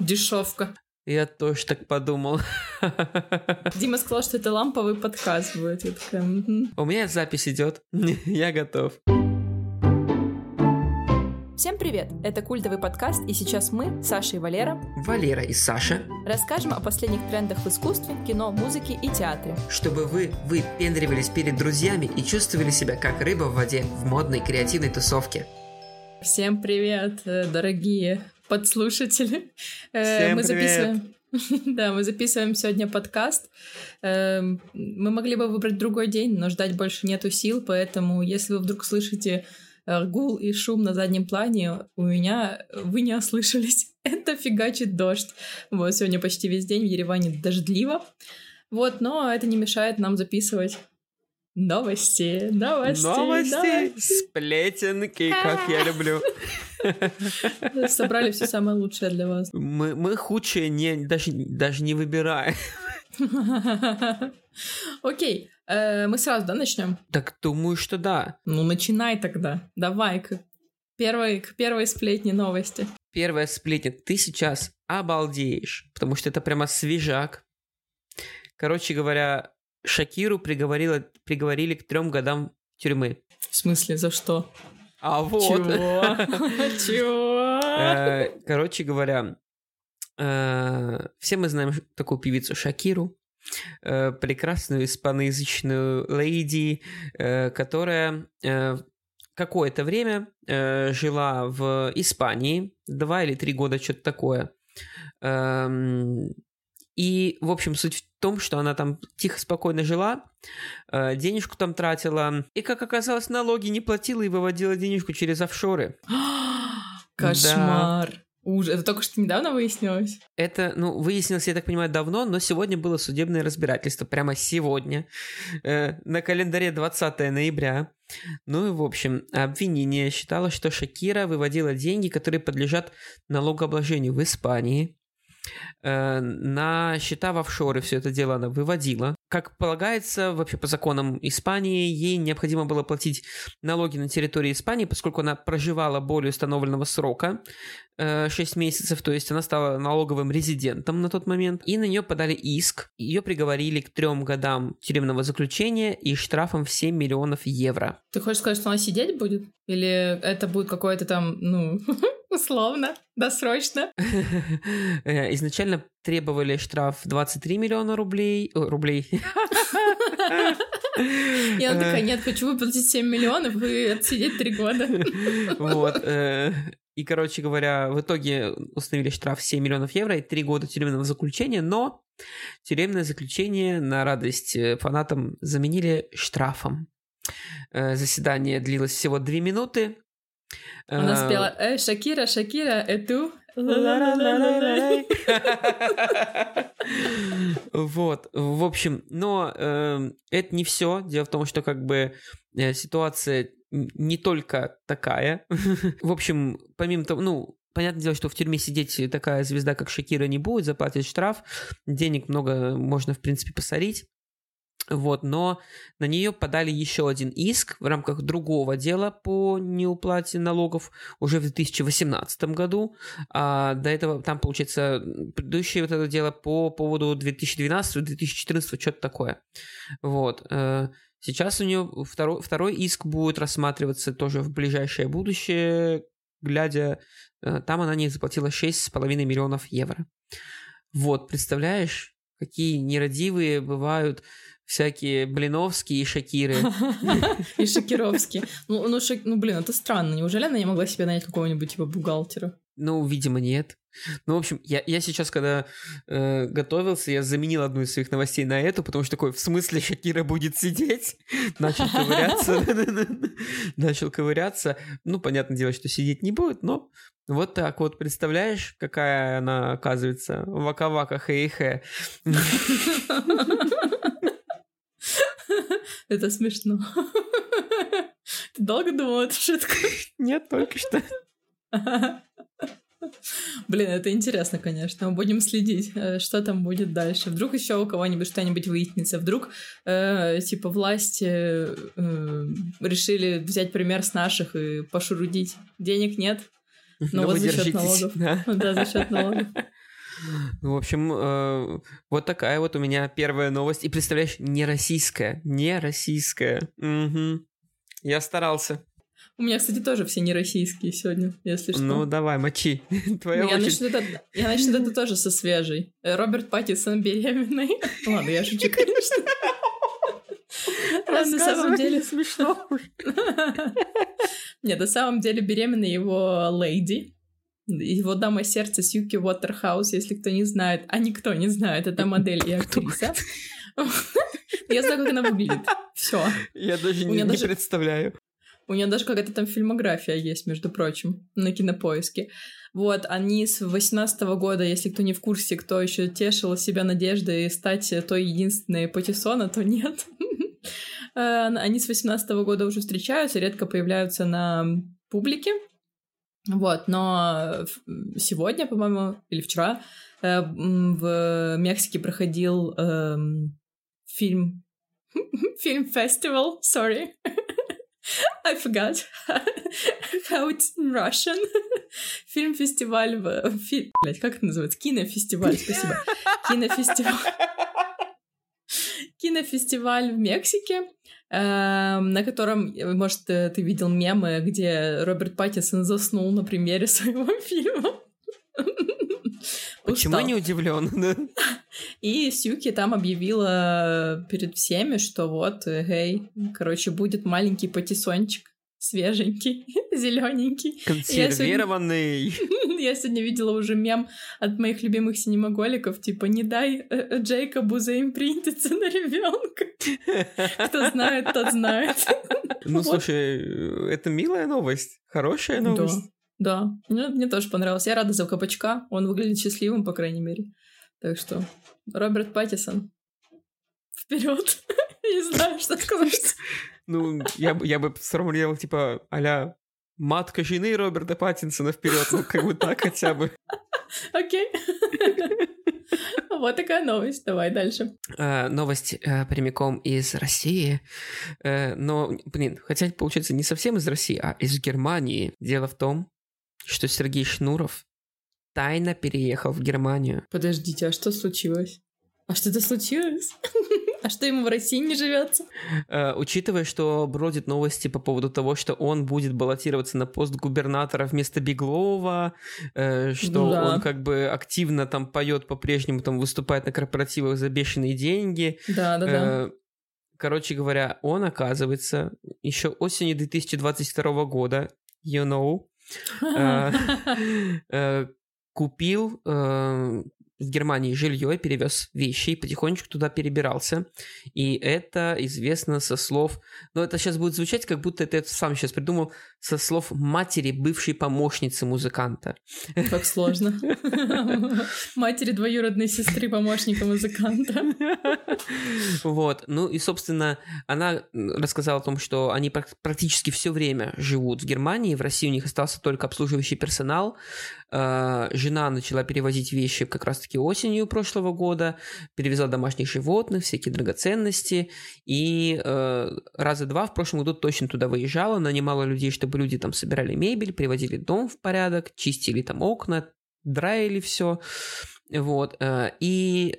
Дешевка. Я тоже так подумал. Дима сказал, что это ламповый подкаст будет. Я такая, У меня запись идет. Я готов. Всем привет! Это культовый подкаст, и сейчас мы, Саша и Валера, Валера и Саша, расскажем о последних трендах в искусстве, кино, музыке и театре. Чтобы вы выпендривались перед друзьями и чувствовали себя как рыба в воде в модной креативной тусовке. Всем привет, дорогие подслушатели. Всем мы привет! Записываем... Да, мы записываем сегодня подкаст. Мы могли бы выбрать другой день, но ждать больше нету сил, поэтому если вы вдруг слышите гул и шум на заднем плане, у меня вы не ослышались. Это фигачит дождь. Вот, сегодня почти весь день в Ереване дождливо. Вот, но это не мешает нам записывать новости, сплетенки, как я люблю. Собрали все самое лучшее для вас. Мы худшие даже не выбираем. Окей, мы сразу, начнем? Так думаю, что да. Ну, начинай тогда. Давай, к первой сплетни новости. Первая сплетня. Ты сейчас обалдеешь, потому что это прямо свежак. Короче говоря, Шакиру приговорили к 3 годам тюрьмы. В смысле, за что? А вот. Чего? Короче говоря, все мы знаем такую певицу Шакиру, прекрасную испаноязычную леди, которая какое-то время жила в Испании, 2 или 3 года, что-то такое. И, в общем, суть в том, что она там тихо, спокойно жила, денежку там тратила, и, как оказалось, налоги не платила и выводила денежку через офшоры. Кошмар! Да. Ужас. Это только что недавно выяснилось? Это, выяснилось, я так понимаю, давно, но сегодня было судебное разбирательство. Прямо сегодня. На календаре 20 ноября. Ну и, в общем, обвинение считало, что Шакира выводила деньги, которые подлежат налогообложению в Испании. На счета в офшоры все это дело она выводила. Как полагается, вообще по законам Испании, ей необходимо было платить налоги на территории Испании, поскольку она проживала более установленного срока, 6 месяцев, то есть она стала налоговым резидентом на тот момент, и на нее подали иск. Ее приговорили к 3 годам тюремного заключения и штрафом в 7 миллионов евро. Ты хочешь сказать, что она сидеть будет? Или это будет какое-то там, условно, досрочно? Изначально требовали штраф 23 миллиона рублей. Я такая, нет, хочу выплатить 7 миллионов и отсидеть 3 года. Вот. И, короче говоря, в итоге установили штраф 7 миллионов евро и 3 года тюремного заключения, но тюремное заключение на радость фанатам заменили штрафом. Заседание длилось всего 2 минуты. Она спела «Шакира, Шакира, эту». Вот, в общем, но это не все. Дело в том, что как бы ситуация не только такая. В общем, помимо того, понятное дело, что в тюрьме сидеть такая звезда, как Шакира, не будет, заплатить штраф, денег много можно, в принципе, посорить. Вот, но на нее подали еще один иск в рамках другого дела по неуплате налогов уже в 2018 году. А до этого там, получается, предыдущее вот это дело по поводу 2012-2014, что-то такое. Вот. Сейчас у нее второй иск будет рассматриваться тоже в ближайшее будущее, глядя, там она не заплатила 6,5 миллионов евро. Вот, представляешь, какие нерадивые бывают всякие Блиновские и Шакиры. И Шакировские. Это странно. Неужели она не могла себе нанять какого-нибудь типа бухгалтера? Видимо, нет. В общем, я сейчас, когда готовился, я заменил одну из своих новостей на эту, потому что такой, в смысле Шакира будет сидеть? Начал ковыряться. Понятное дело, что сидеть не будет, но вот так вот, представляешь, какая она, оказывается, вака-вака, хэ-хэ. Это смешно. Ты долго думала эту шутку? Нет, только что. Блин, это интересно, конечно. Мы будем следить, что там будет дальше. Вдруг еще у кого-нибудь что-нибудь выяснится. Вдруг, власти решили взять пример с наших и пошурудить. Денег нет, но вот за счет налогов. Да, за счет налогов. Ну, в общем, вот такая вот у меня первая новость. И представляешь, не российская. Угу. Я старался. У меня, кстати, тоже все не российские сегодня, если что. Ну, давай, мочи. Твоя очередь. Я начну это тоже со свежей. Роберт Паттинсон беременный. Ладно, я шучу, конечно. На самом деле смешно. Нет, на самом деле беременна его леди. Его дама сердца Сьюки Уотерхаус, если кто не знает. А никто не знает, это модель и актриса. Я знаю, как она выглядит. Все. Я даже не представляю. У нее даже какая-то там фильмография есть, между прочим, на Кинопоиске. Вот, они с 18-го года, если кто не в курсе, кто еще тешил себя надеждой стать той единственной Паттинсона, то нет. Они с 18-го года уже встречаются, редко появляются на публике. Вот, но сегодня, по-моему, или вчера в Мексике проходил фильм-фестивал, sorry. I forgot how it's in Russian. Фильм-фестиваль как это называется? Кинофестиваль, спасибо. Кинофестиваль в Мексике, на котором, может, ты видел мемы, где Роберт Паттинсон заснул на премьере своего фильма. Почему не удивлен? И Сьюки там объявила перед всеми, что вот, короче, будет маленький паттинсончик, свеженький, зелененький. Консервированный. Я сегодня видела уже мем от моих любимых синемаголиков, типа «Не дай Джейкобу заимпринтиться на ребенка». Кто знает, тот знает. Ну, слушай, это милая новость, хорошая новость. Да, мне тоже понравилось. Я рада за кабачка, он выглядит счастливым, по крайней мере. Так что, Роберт Паттинсон, вперед! Не знаю, что сказать. Ну, я бы сформулировал, типа, а-ля матка жены Роберта Паттинсона вперед, ну, как бы так хотя бы. Окей. Вот такая новость. Давай дальше. Новость прямиком из России. Но, хотя, получается, не совсем из России, а из Германии. Дело в том, что Сергей Шнуров тайно переехал в Германию. Подождите, а что случилось? А что-то случилось? А что ему в России не живется? Учитывая, что бродят новости по поводу того, что он будет баллотироваться на пост губернатора вместо Беглова, что он как бы активно там поет по-прежнему, там выступает на корпоративах за бешеные деньги. Да. Короче говоря, он, оказывается, еще осенью 2022 года, купил в Германии жилье, перевез вещи и потихонечку туда перебирался. И это известно со слов... Но это сейчас будет звучать, как будто это я сам сейчас придумал, со слов матери бывшей помощницы музыканта. Как сложно. Матери двоюродной сестры помощника музыканта. Вот. Ну и, собственно, она рассказала о том, что они практически все время живут в Германии. В России у них остался только обслуживающий персонал. Жена начала перевозить вещи как раз-таки осенью прошлого года, перевезла домашних животных, всякие драгоценности, и раза два в прошлом году точно туда выезжала, нанимала людей, чтобы люди там собирали мебель, приводили дом в порядок, чистили там окна, драили все, вот, и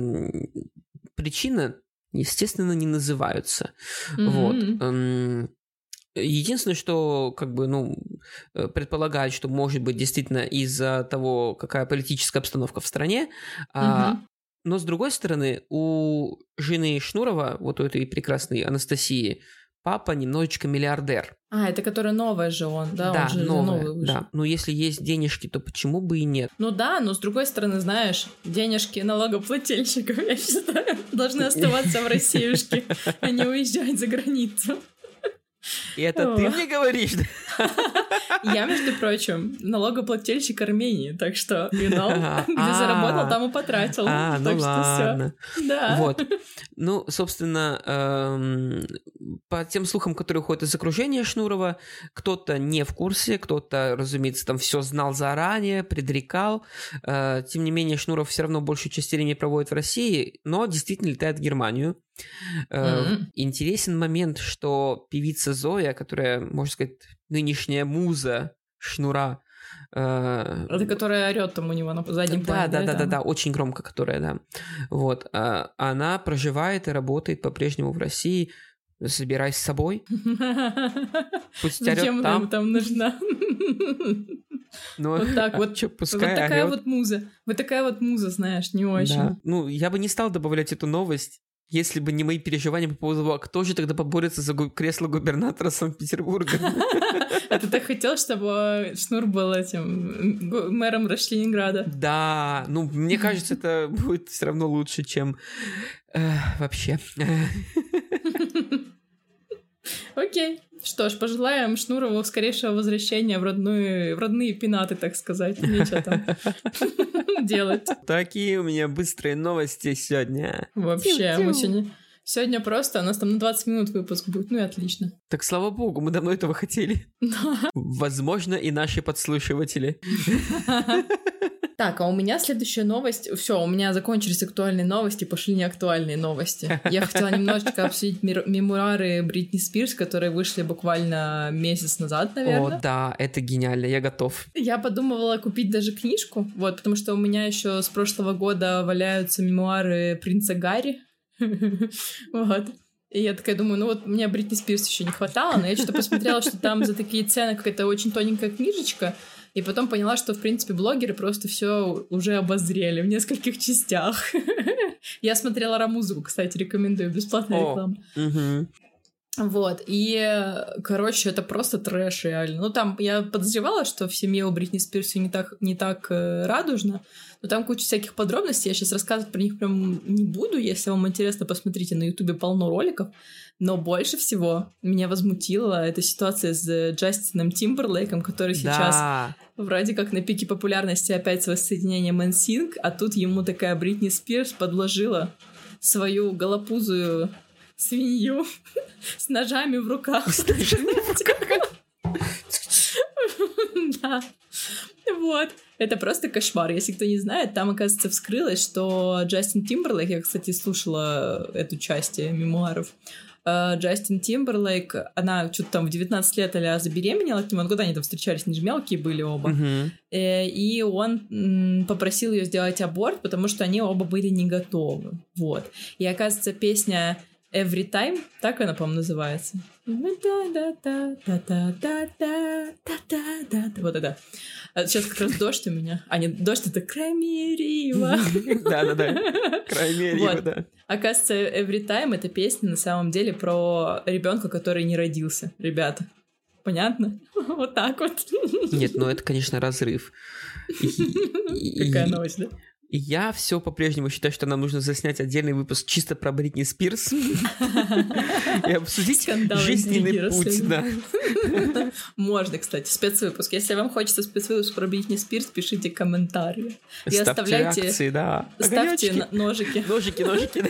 причина, естественно, не называются, вот. Единственное, что, как бы, предполагают, что, может быть, действительно из-за того, какая политическая обстановка в стране, но, с другой стороны, у жены Шнурова, вот у этой прекрасной Анастасии, папа немножечко миллиардер. Это которая новая же он, да? Да, он же новая, да. Но если есть денежки, то почему бы и нет? Ну да, но с другой стороны, знаешь, денежки налогоплательщиков, я считаю, должны оставаться в Россиюшке, а не уезжать за границу. И это ты мне говоришь? Я, между прочим, налогоплательщик Армении, так что, где заработал, там и потратил. Ну ладно. Да. Вот. Ну, собственно, по тем слухам, которые ходят из окружения Шнурова, кто-то не в курсе, кто-то, разумеется, там все знал заранее, предрекал. Тем не менее, Шнуров все равно большую часть времени проводит в России, но действительно летает в Германию. Интересен момент, что певица Зоя, которая, можно сказать, нынешняя муза Шнура, Это которая орёт там у него на заднем плане. Да, очень громко, которая, да. Вот. Она проживает и работает по-прежнему в России. Забирай с собой. Пусть орёт Зачем там. там нужна? Ну, вот так вот. Чё, пускай вот такая орёт. вот муза. Вот такая вот муза, знаешь, не очень. Да. Ну, я бы не стал добавлять эту новость, если бы не мои переживания по поводу того, а кто же тогда поборется за кресло губернатора Санкт-Петербурга. А ты так хотел, чтобы Шнур был этим мэром Ленинграда? Да, ну, мне кажется, это будет все равно лучше, чем вообще. Окей. Что ж, пожелаем Шнурову скорейшего возвращения в родные пенаты, так сказать. Нечего там делать. Такие у меня быстрые новости сегодня. Вообще, мы сегодня просто, у нас там на 20 минут выпуск будет, ну и отлично. Так слава богу, мы давно этого хотели. Возможно, и наши подслушиватели. Так, а у меня следующая новость. Все, у меня закончились актуальные новости, пошли неактуальные новости. Я хотела немножечко обсудить мемуары Бритни Спирс, которые вышли буквально месяц назад, наверное. О, да, это гениально, я готов. Я подумывала купить даже книжку, вот, потому что у меня еще с прошлого года валяются мемуары принца Гарри. Вот. И я такая думаю, ну вот мне Бритни Спирс еще не хватало, но я что-то посмотрела, что там за такие цены какая-то очень тоненькая книжечка, и потом поняла, что, в принципе, блогеры просто все уже обозрели в нескольких частях. Я смотрела «Ра-музыку», кстати, рекомендую, бесплатная реклама. Вот, и, короче, это просто трэш, реально. Ну, там я подозревала, что в семье у Бритни Спирс не так радужно, но там куча всяких подробностей, я сейчас рассказывать про них прям не буду, если вам интересно, посмотрите, на Ютубе полно роликов, но больше всего меня возмутила эта ситуация с Джастином Тимберлейком, который сейчас вроде как на пике популярности опять с воссоединением NSYNC, а тут ему такая Бритни Спирс подложила свою голопузую свинью с ножами в руках. С ножами в руках? Да. Вот. Это просто кошмар. Если кто не знает, там, оказывается, вскрылось, что Джастин Тимберлейк, я, кстати, слушала эту часть мемуаров, Джастин Тимберлейк, она что-то там в 19 лет а-ля забеременела от него, года они там встречались, они же мелкие были оба, и он попросил ее сделать аборт, потому что они оба были не готовы. Вот. И, оказывается, песня Every Time, так она, по-моему, называется. Вот это. А сейчас как раз дождь у меня. А нет, дождь — это Крамерива. Да-да-да, Крамерива, да. Оказывается, Every Time — это песня на самом деле про ребенка, который не родился. Ребята, понятно? Вот так вот. Нет, ну это, конечно, разрыв. Какая новость, да? Я все по-прежнему считаю, что нам нужно заснять отдельный выпуск чисто про Бритни Спирс и обсудить жизненный путь. Да. Можно, кстати, спецвыпуск. Если вам хочется спецвыпуск про Бритни Спирс, пишите комментарии. И оставляйте реакции, да. Ставьте ножики. Ножики.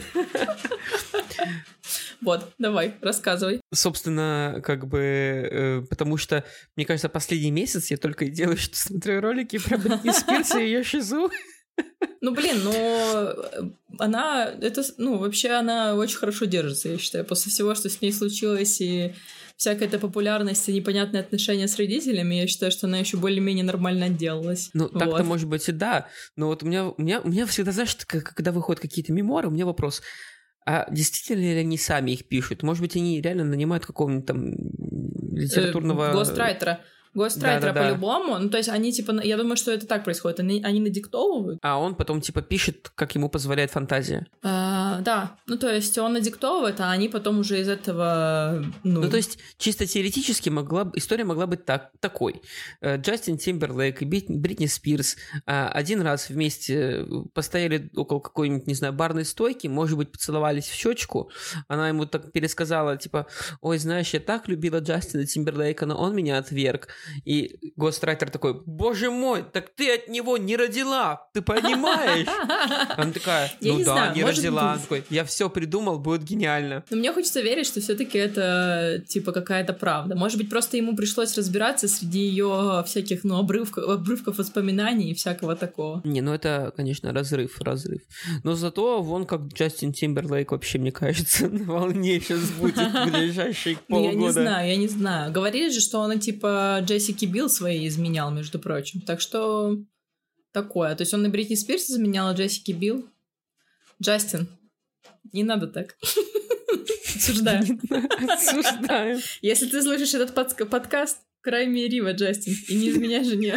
Вот, давай, рассказывай. Собственно, как бы, потому что, мне кажется, последний месяц я только и делаю, что смотрю ролики про Бритни Спирс и ее шизу. Ну, блин, она, это, вообще она очень хорошо держится, я считаю, после всего, что с ней случилось, и всякая эта популярность и непонятные отношения с родителями, я считаю, что она еще более-менее нормально отделалась. Ну, так-то, может быть, и да, но вот у меня всегда, знаешь, когда выходят какие-то мемуары, у меня вопрос, а действительно ли они сами их пишут? Может быть, они реально нанимают какого-нибудь там литературного... Гострайтера по-любому. Ну, то есть они, типа, я думаю, что это так происходит. Они надиктовывают. А он потом, типа, пишет, как ему позволяет фантазия. Да. Ну, то есть он надиктовывает, а они потом уже из этого... Ну, то есть чисто теоретически история могла быть такой. Джастин Тимберлейк и Бритни Спирс один раз вместе постояли около какой-нибудь, не знаю, барной стойки, может быть, поцеловались в щечку. Она ему так пересказала, типа, ой, знаешь, я так любила Джастина Тимберлейка, но он меня отверг. И гострайтер такой, боже мой, так ты от него не родила, ты понимаешь? Она такая, не родила. Такой, я все придумал, будет гениально. Но мне хочется верить, что все-таки это типа какая-то правда. Может быть, просто ему пришлось разбираться среди ее всяких, обрывков воспоминаний и всякого такого. Не, это, конечно, разрыв. Но зато вон как Джастин Тимберлейк вообще, мне кажется, на волне сейчас будет в ближайшие полгода. Я не знаю. Говорили же, что она типа Джессики Билл своей изменял, между прочим. Так что такое. То есть он и Бритни Спирс изменял, а Джессики Билл. Джастин, не надо так. Осуждаю. Осуждаю. Если ты слышишь этот подкаст, край мне рива, Джастин, и не изменяй жене.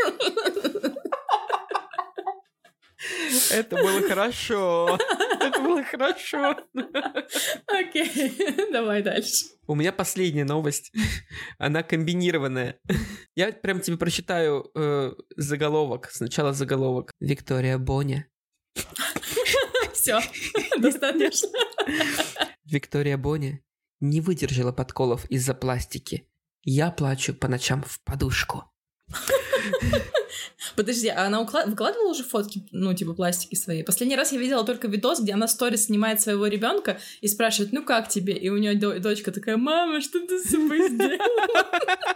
Это было хорошо. Это было хорошо. Окей, давай дальше. У меня последняя новость. Она комбинированная. Я прям тебе прочитаю заголовок. Сначала заголовок. Виктория Боня. Все, достаточно. Виктория Боня не выдержала подколов из-за пластики. Я плачу по ночам в подушку. Подожди, а она выкладывала уже фотки, пластики свои? Последний раз я видела только видос, где она в сторис снимает своего ребенка и спрашивает, ну как тебе? И у нее дочка такая, мама, что ты с собой сделала?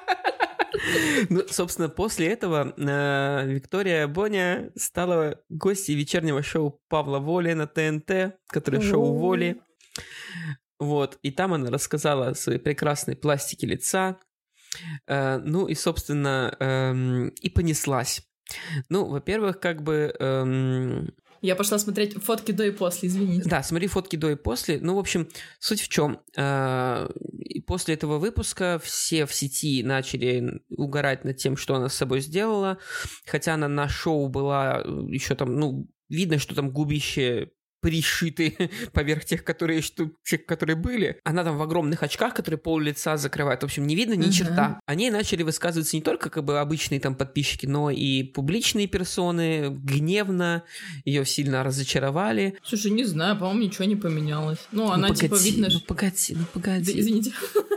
Ну, собственно, после этого Виктория Боня стала гостьей вечернего шоу Павла Воли на ТНТ, которое шоу Воли. Вот, и там она рассказала о своей прекрасной пластике лица. Ну и, собственно, и понеслась. Ну, во-первых, как бы... Я пошла смотреть фотки до и после, извините. Да, смотри фотки до и после. Ну, в общем, суть в чем? После этого выпуска все в сети начали угорать над тем, что она с собой сделала. Хотя она на шоу была еще там, видно, что там губище пришиты поверх тех, которые были. Она там в огромных очках, которые пол лица закрывают. В общем, не видно ни черта. О ней начали высказываться не только как бы обычные там подписчики, но и публичные персоны. Гневно. Ее сильно разочаровали. Слушай, не знаю, по-моему, ничего не поменялось. Она погоди, типа видно... Погоди. Да, извините.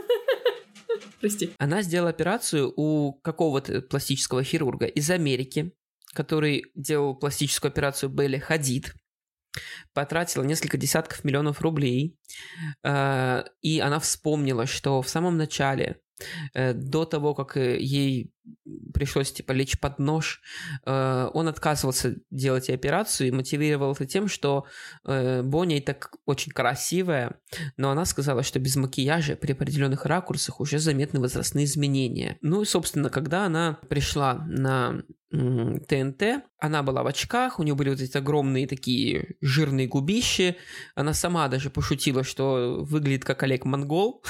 Прости. Она сделала операцию у какого-то пластического хирурга из Америки, который делал пластическую операцию Белли Хадид. Потратила несколько десятков миллионов рублей, и она вспомнила, что в самом начале, до того, как ей пришлось лечь под нож, он отказывался делать ей операцию и мотивировал это тем, что Боня и так очень красивая, но она сказала, что без макияжа при определенных ракурсах уже заметны возрастные изменения. Ну и, собственно, когда она пришла на ТНТ, она была в очках, у нее были вот эти огромные такие жирные губищи, она сама даже пошутила, что выглядит как Олег Монгол.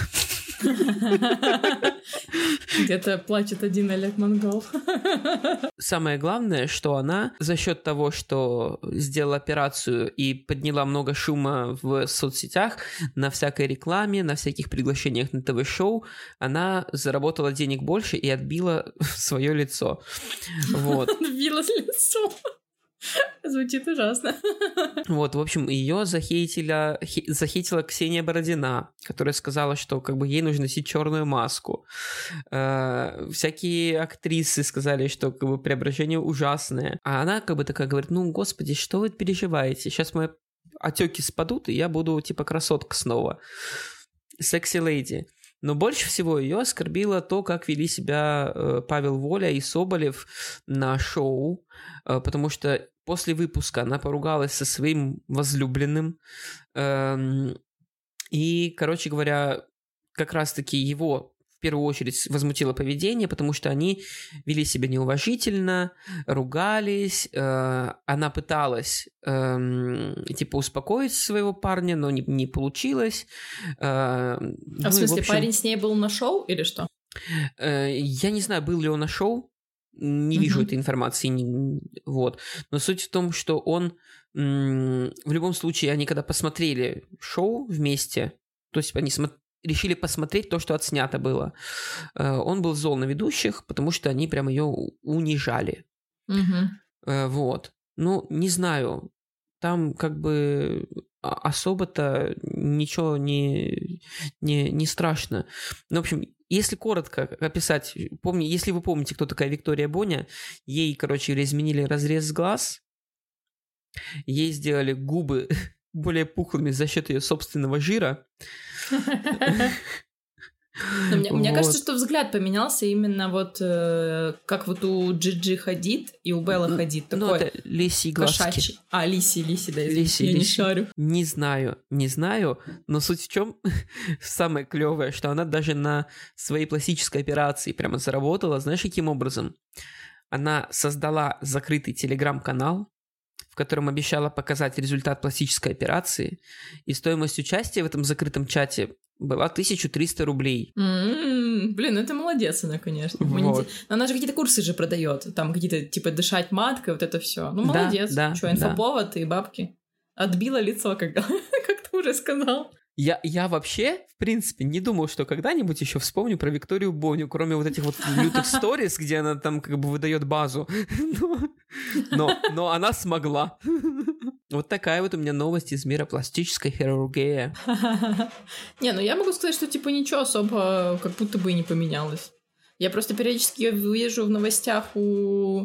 Где-то плачет один Олег Монгол. Самое главное, что она за счет того, что сделала операцию и подняла много шума в соцсетях, на всякой рекламе, на всяких приглашениях на ТВ-шоу, она заработала денег больше и отбила свое лицо. Вот. Отбила лицо. Звучит ужасно. Вот, в общем, ее захейтила Ксения Бородина, которая сказала, что как бы ей нужно носить черную маску. Всякие актрисы сказали, что как бы преображение ужасное. А она как бы такая говорит, господи, что вы переживаете? Сейчас мои отеки спадут, и я буду типа красотка снова. Секси-леди. Но больше всего ее оскорбило то, как вели себя Павел Воля и Соболев на шоу, потому что после выпуска она поругалась со своим возлюбленным, и, короче говоря, как раз-таки его в первую очередь возмутило поведение, потому что они вели себя неуважительно, ругались, она пыталась успокоить своего парня, но не получилось. В смысле, общем, парень с ней был на шоу или что? Я не знаю, был ли он на шоу, не вижу этой информации, вот. Но суть в том, что он в любом случае, они когда посмотрели шоу вместе, то есть они решили посмотреть то, что отснято было, он был зол на ведущих, потому что они прям ее унижали. Вот. Не знаю, там как бы особо-то ничего не страшно. В общем, если коротко описать, если вы помните, кто такая Виктория Боня, ей, изменили разрез глаз, ей сделали губы более пухлыми за счет ее собственного жира. Мне кажется, что взгляд поменялся именно вот как вот у Джиджи Хадид и у Беллы Хадид. Ну, это лисьи глазки. Кошачий. Лиси, да, Лиси. Не шарю. Не знаю, но суть в чем самое клевое, что она даже на своей пластической операции прямо заработала. Знаешь, каким образом? Она создала закрытый телеграм-канал, в котором обещала показать результат пластической операции, и стоимость участия в этом закрытом чате была 1300 рублей. Блин, это молодец она, конечно. Вот. Она же какие-то курсы же продает, там какие-то, типа, дышать маткой, вот это все. Ну, молодец. Да, что, инфоповод и бабки. Отбила лицо, как ты уже сказал. Я вообще, в принципе, не думал, что когда-нибудь еще вспомню про Викторию Боню, кроме вот этих вот лютых сторис, где она там как бы выдает базу. Но она смогла. Вот такая вот у меня новость из мира пластической хирургии. Не, ну я могу сказать, что типа ничего особо как будто бы и не поменялось. Я просто периодически вижу в новостях у...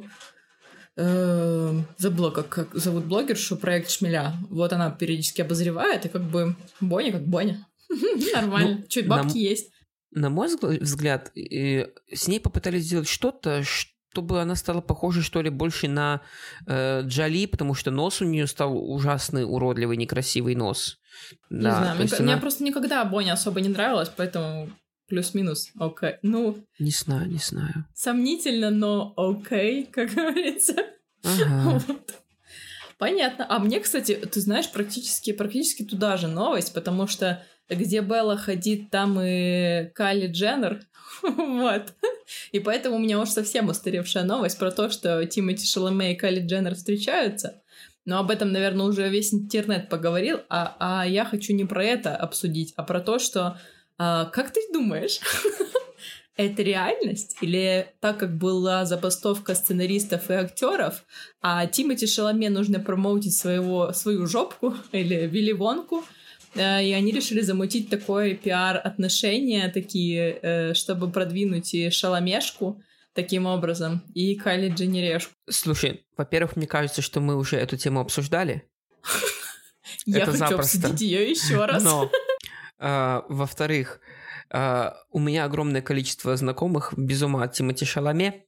забыла, как зовут блогершу, проект Шмеля. Вот она периодически обозревает, и как бы Боня как Боня. Нормально. Чуть бабки есть. На мой взгляд, с ней попытались сделать что-то, чтобы она стала похожей, что ли, больше на Джоли, потому что нос у нее стал ужасный, уродливый, некрасивый нос. Не знаю, мне просто никогда Боня особо не нравилась, поэтому... Плюс-минус, окей. Ну... Не знаю. Сомнительно, но окей, как говорится. Ага. Вот. Понятно. А мне, кстати, ты знаешь, практически туда же новость, потому что где Белла Хадид, там и Кайли Дженнер. Вот. И поэтому у меня уж совсем устаревшая новость про то, что Тимоти Шаломе и Кайли Дженнер встречаются. Но об этом, наверное, уже весь интернет поговорил, а я хочу не про это обсудить, а про то, что... как ты думаешь, это реальность? Или так как была забастовка сценаристов и актеров, а Тимоти Шаломе нужно промоутить свою жопку или Вилли Вонку, и они решили замутить такое пиар-отношения такие, чтобы продвинуть и Шаломешку таким образом, и Кайли Дженнерешку. Слушай, во-первых, мне кажется, что мы уже эту тему обсуждали. Я хочу обсудить ее еще раз. Но... во-вторых, у меня огромное количество знакомых без ума от Тимоти Шаломе,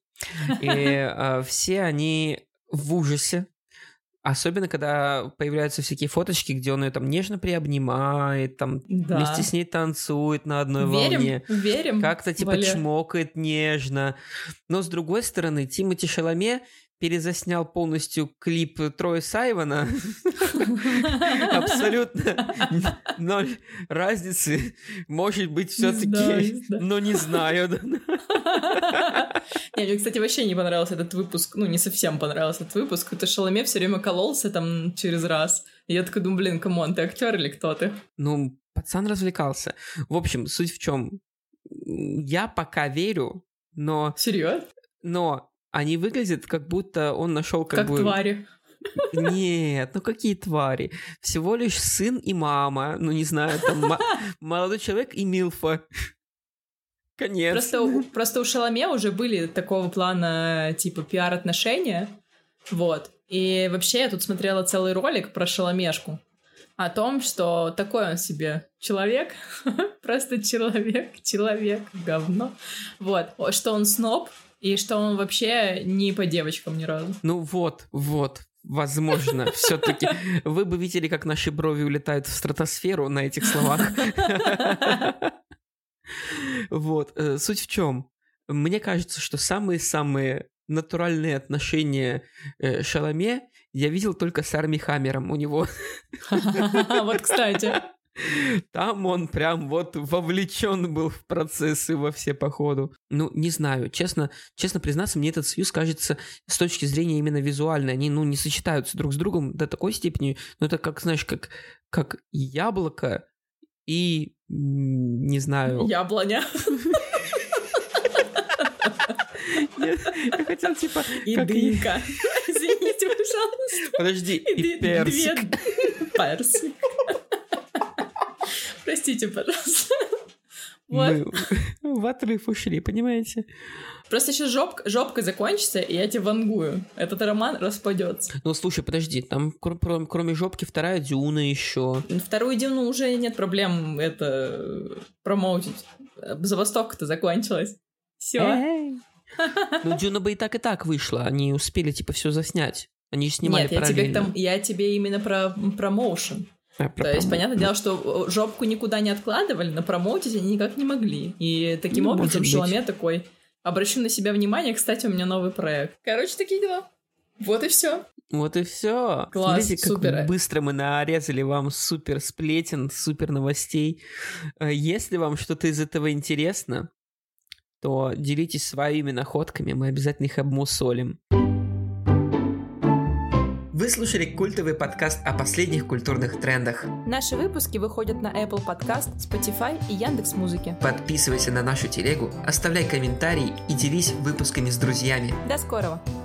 и все они в ужасе, особенно когда появляются всякие фоточки, где он ее там нежно приобнимает, там вместе с ней танцует на одной волне, как-то типа чмокает нежно. Но с другой стороны, Тимоти Шаломе перезаснял полностью клип Троя Саймона. Абсолютно ноль разницы. Может быть, все-таки, но не знаю. Мне, кстати, вообще не понравился этот выпуск. Ну, не совсем понравился этот выпуск. Это Шаломе все время кололся там через раз. И я такой думаю, блин, камон, ты актер или кто ты? Ну, пацан развлекался. В общем, суть в чем? Я пока верю, но... Серьезно? Но они выглядят, как будто он нашел как бы... твари. Нет, ну какие твари? Всего лишь сын и мама, ну не знаю, там молодой человек и милфа. Конец. Просто у Шаломе уже были такого плана, типа, пиар-отношения, вот. И вообще я тут смотрела целый ролик про Шаломешку, о том, что такой он себе человек, просто человек, говно, вот, что он сноб, и что он вообще не по девочкам ни разу. Ну вот, возможно, все-таки вы бы видели, как наши брови улетают в стратосферу на этих словах. Вот, суть в чем? Мне кажется, что самые-самые натуральные отношения Шаломе я видел только с Арми Хаммером у него. Вот, кстати. Там он прям вот вовлечен был в процессы во все походу. Ну, не знаю, честно признаться, мне этот союз кажется с точки зрения именно визуальной, они, не сочетаются друг с другом до такой степени, но это как, знаешь, как яблоко и, не знаю... Яблоня. Я хотел, типа... И дынька. Извините, пожалуйста. Подожди, и персик. Персик. Простите, пожалуйста. Мы в отрыв ушли, понимаете? Просто сейчас жопка закончится, и я тебе вангую. Этот роман распадется. Ну, слушай, подожди, там кроме жопки вторая Дюна еще. Вторую Дюну уже нет проблем промоутить. Забастовка-то закончилась. Все. Ну, Дюна бы и так вышла. Они успели, все заснять. Они же снимали параллельно. Нет, я тебе именно про промоушен. То есть, понятное дело, что жопку никуда не откладывали, но промоутить они никак не могли. И таким образом Шаломе такой: обращу на себя внимание, кстати, у меня новый проект. Короче, такие дела. Вот и все. Вот и все. Класс, смотрите, супер. Как быстро мы нарезали вам супер сплетен, супер новостей. Если вам что-то из этого интересно, то делитесь своими находками, мы обязательно их обмусолим. Вы слушали культовый подкаст о последних культурных трендах. Наши выпуски выходят на Apple Podcast, Spotify и Яндекс.Музыке. Подписывайся на нашу телегу, оставляй комментарии и делись выпусками с друзьями. До скорого!